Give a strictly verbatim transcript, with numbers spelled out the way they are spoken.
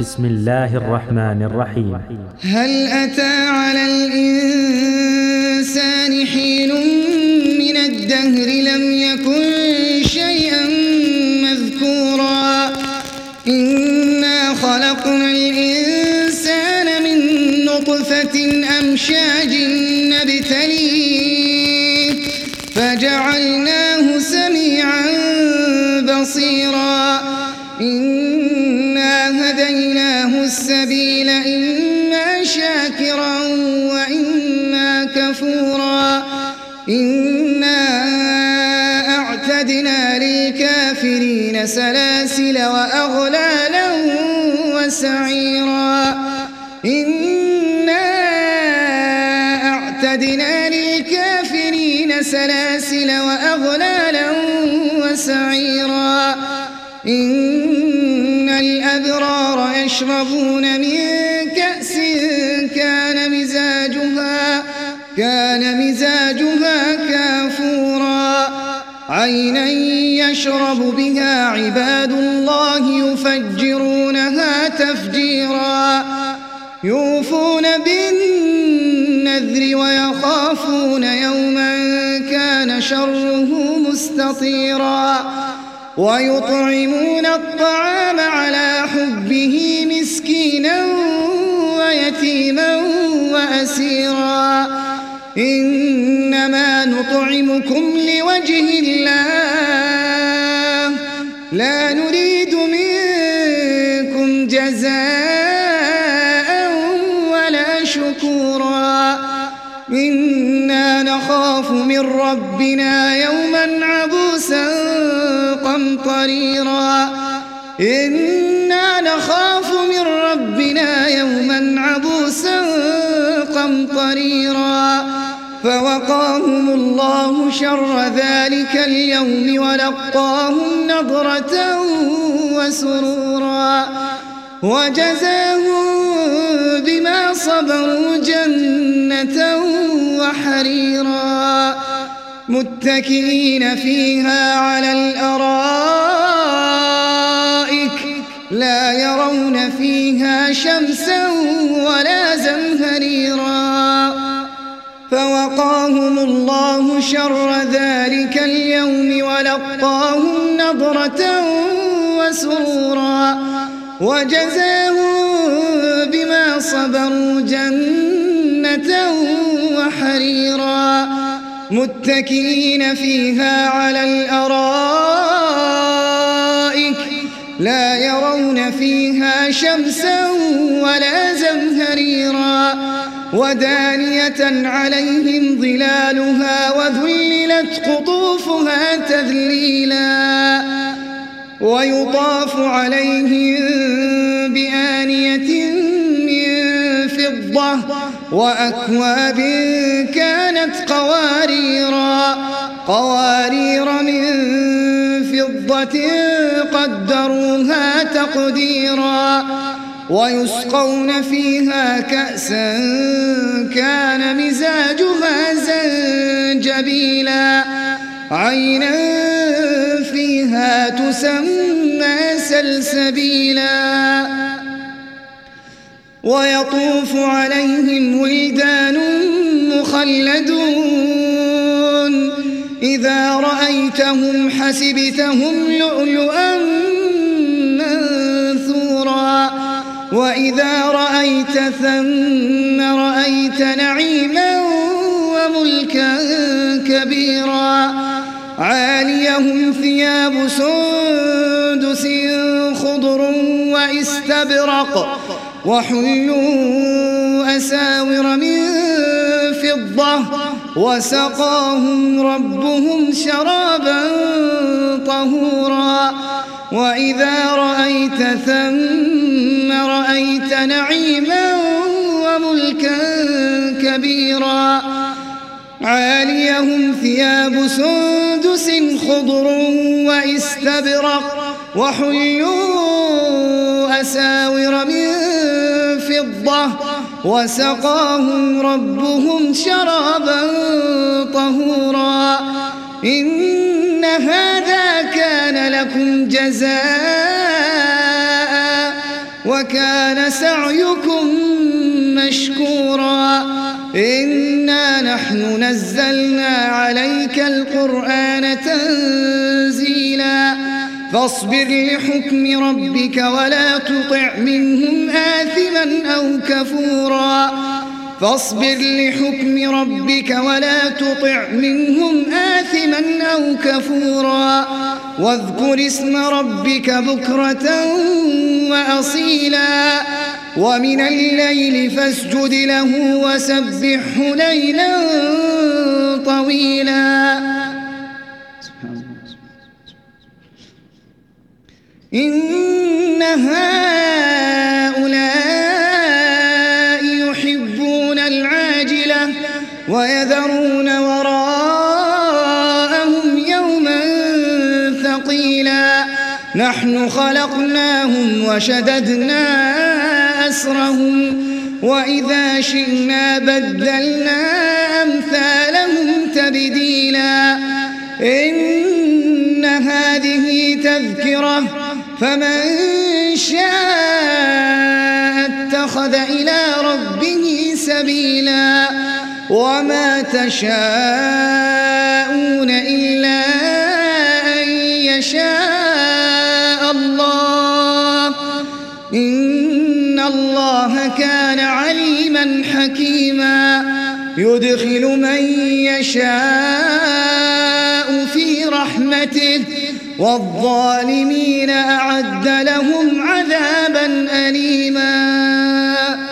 بسم الله الرحمن الرحيم. هل أتى على الإنسان حين من الدهر لم يكن شيئا مذكورا إنا خلقنا الإنسان من نطفة أمشاج نبتليه فجعلناه سميعا بصيرا إنا هديناه السبيل إما شاكرا وإما كفورا إنا أعتدنا للكافرين سلاسل وأغلالا وسعيرا إنا أعتدنا للكافرين سلاسل وأغلالا وسعيرا إن الأبرار يشربون من كأس كان مزاجها كان مزاجها كافورا عينا يشرب بها عباد الله يفجرونها تفجيرا يوفون بالنذر ويخافون يوما كان شره مستطيرا ويطعمون الطعام على حبه مسكينا ويتيما وأسيرا إنما نطعمكم لوجه الله لا نريد منكم جزاء ولا شكورا إنا نخاف من ربنا يوما عبوسا قمطريرا إنا نخاف من ربنا يوما عبوسا قمطريرا فوقاهم الله شر ذلك اليوم ولقاهم نضرة وسرورا وجزاهم بما صبروا جنة وحريرا متكئين فيها على الأرائك لا يرون فيها شمسا ولا زمهريرا فوقاهم الله شر ذلك اليوم ولقاهم نضرة وسرورا وجزاهم بما صبروا جنة وحريرا متكئين فيها على الأرائك لا يرون فيها شمسا ولا زمهريرا ودانية عليهم ظلالها وذللت قطوفها تذليلا ويطاف عليهم بآنية من فضة وأكواب كانت قواريرا قوارير من فضة قدروها تقديرا ويسقون فيها كأسا كان مزاجها زنجبيلا عينا فيها تسمى سلسبيلا ويطوف عليهم ولدان مخلدون إذا رأيتهم حسبتهم لؤلؤا منثورا وإذا رأيت ثم رأيت نعيما وملكا كبيرا عاليهم ثياب سندس خضر واستبرق وحلوا أساور من فضة وسقاهم ربهم شرابا طهورا وإذا رأيت ثم رأيت نعيما وملكا كبيرا عاليهم ثياب سندس خضر واستبرق وحلوا أساور من فضة وسقاهم ربهم شرابا طهورا إن هذا كان لكم جزاء وكان سعيكم مشكورا إنا نحن نزلنا عليك القرآن تنزيلا فاصبر لحكم ربك ولا تطع منهم آثما أو كفورا فاصبر لحكم ربك ولا تطع منهم آثما أو كفورا واذكر اسم ربك بكرة وأصيلا ومن الليل فاسجد له وسبحه ليلا طويلا إن هؤلاء يحبون العاجلة ويذرون وراءهم يوما ثقيلا نحن خلقناهم وشددنا أسرهم وإذا شئنا بدلنا أمثالهم تبديلا إن هذه تذكرة فمن شاء اتخذ إلى ربه سبيلا وما تشاءون إلا أن يشاء الله إن الله كان عليما حكيما يدخل من يشاء في رحمته والظالمين أعد لهم عذابا أليما.